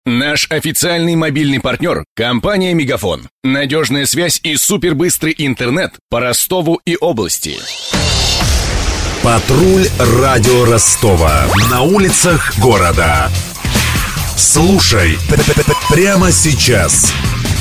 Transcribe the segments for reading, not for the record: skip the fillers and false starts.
Наш официальный мобильный партнер – компания «Мегафон». Надежная связь и супербыстрый интернет по Ростову и области. Патруль радио Ростова. На улицах города. Слушай прямо сейчас.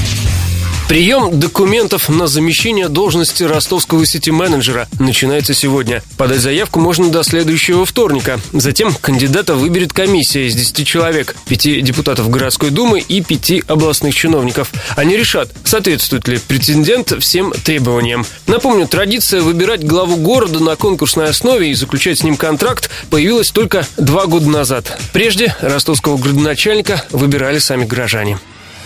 Прием документов на замещение должности ростовского сити-менеджера начинается сегодня. Подать заявку можно до следующего вторника. Затем кандидата выберет комиссия из 10 человек, 5 депутатов городской думы и 5 областных чиновников. Они решат, соответствует ли претендент всем требованиям. Напомню, традиция выбирать главу города на конкурсной основе и заключать с ним контракт появилась только 2 года назад. Прежде ростовского градоначальника выбирали сами горожане.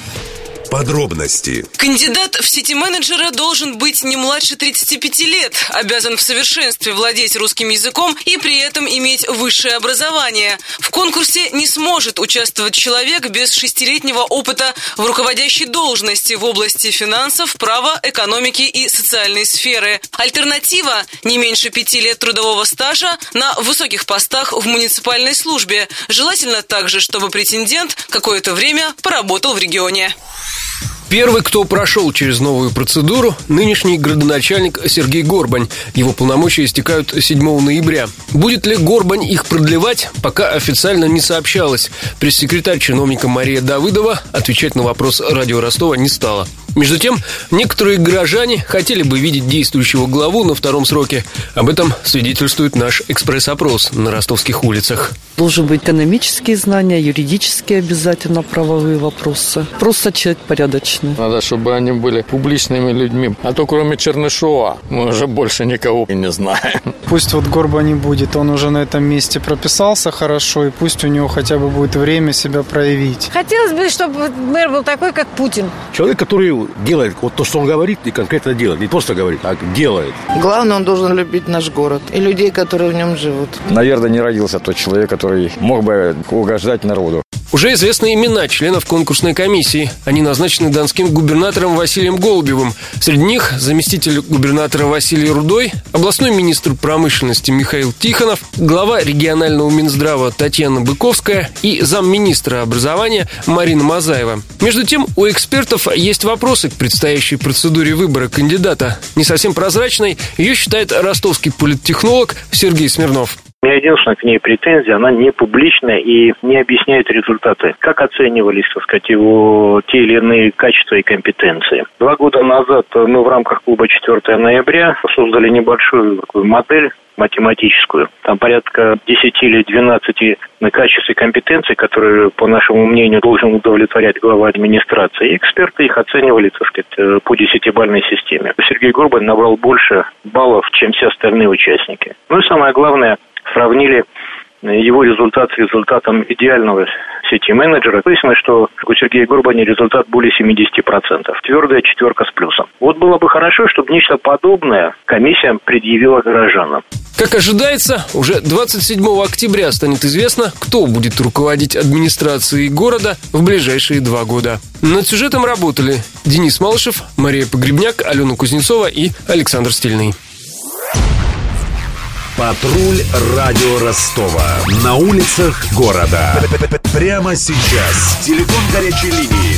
Подробности. Кандидат в сити-менеджера должен быть не младше 35 лет, обязан в совершенстве владеть русским языком и при этом иметь высшее образование. В конкурсе не сможет участвовать человек без 6-летнего опыта в руководящей должности в области финансов, права, экономики и социальной сферы. Альтернатива – не меньше 5 лет трудового стажа на высоких постах в муниципальной службе. Желательно также, чтобы претендент какое-то время поработал в регионе. Первый, кто прошел через новую процедуру, нынешний градоначальник Сергей Горбань. Его полномочия истекают 7 ноября. Будет ли Горбань их продлевать, пока официально не сообщалось. Пресс-секретарь чиновника Мария Давыдова отвечать на вопрос радио Ростова не стала. Между тем, некоторые горожане хотели бы видеть действующего главу на втором сроке. Об этом свидетельствует наш экспресс-опрос на ростовских улицах. Должны быть экономические знания, юридические обязательно, правовые вопросы. Просто человек порядочный. Надо, чтобы они были публичными людьми. А то кроме Чернышова мы уже больше никого и не знаем. Пусть вот Горбань не будет, он уже на этом месте прописался хорошо, и пусть у него хотя бы будет время себя проявить. Хотелось бы, чтобы мэр был такой, как Путин. Человек, который делает вот то, что он говорит, и конкретно делает. Не просто говорит, а делает. Главное, он должен любить наш город и людей, которые в нем живут. Наверное, не родился тот человек, который мог бы угождать народу. Уже известны имена членов конкурсной комиссии. Они назначены донским губернатором Василием Голубевым. Среди них заместитель губернатора Василий Рудой, областной министр промышленности Михаил Тихонов, глава регионального Минздрава Татьяна Быковская и замминистра образования Марина Мазаева. Между тем, у экспертов есть вопросы к предстоящей процедуре выбора кандидата. Не совсем прозрачной ее считает ростовский политтехнолог Сергей Смирнов. У меня единственная к ней претензия, она не публичная и не объясняет результаты. Как оценивались, так сказать, его те или иные качества и компетенции. 2 года назад мы в рамках клуба 4 ноября создали небольшую такую модель математическую. Там порядка 10 или 12 качеств и компетенций, которые, по нашему мнению, должен удовлетворять глава администрации. И эксперты их оценивали, так сказать, по 10-бальной системе. Сергей Горбань набрал больше баллов, чем все остальные участники. Ну и самое главное, сравнили его результат с результатом идеального сити-менеджера. Выяснилось, что у Сергея Горбаня результат более 70%. Твердая 4 с плюсом. Вот было бы хорошо, чтобы нечто подобное комиссия предъявила горожанам. Как ожидается, уже 27 октября станет известно, кто будет руководить администрацией города в ближайшие 2 года. Над сюжетом работали Денис Малышев, Мария Погребняк, Алена Кузнецова и Александр Стильный. Патруль радио Ростова. На улицах города. Прямо сейчас. Телефон горячей линии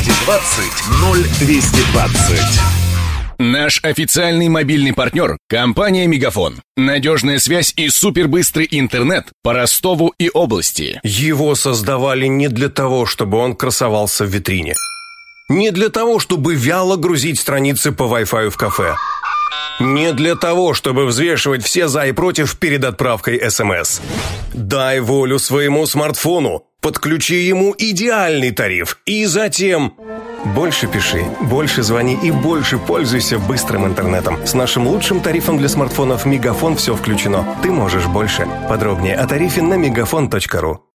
220-0220. Наш официальный мобильный партнер – компания «Мегафон». Надежная связь и супербыстрый интернет по Ростову и области. Его создавали не для того, чтобы он красовался в витрине. Не для того, чтобы вяло грузить страницы по Wi-Fi в кафе. Не для того, чтобы взвешивать все за и против перед отправкой СМС. Дай волю своему смартфону, подключи ему идеальный тариф и затем... Больше пиши, больше звони и больше пользуйся быстрым интернетом. С нашим лучшим тарифом для смартфонов «Мегафон» все включено. Ты можешь больше. Подробнее о тарифе на megafon.ru.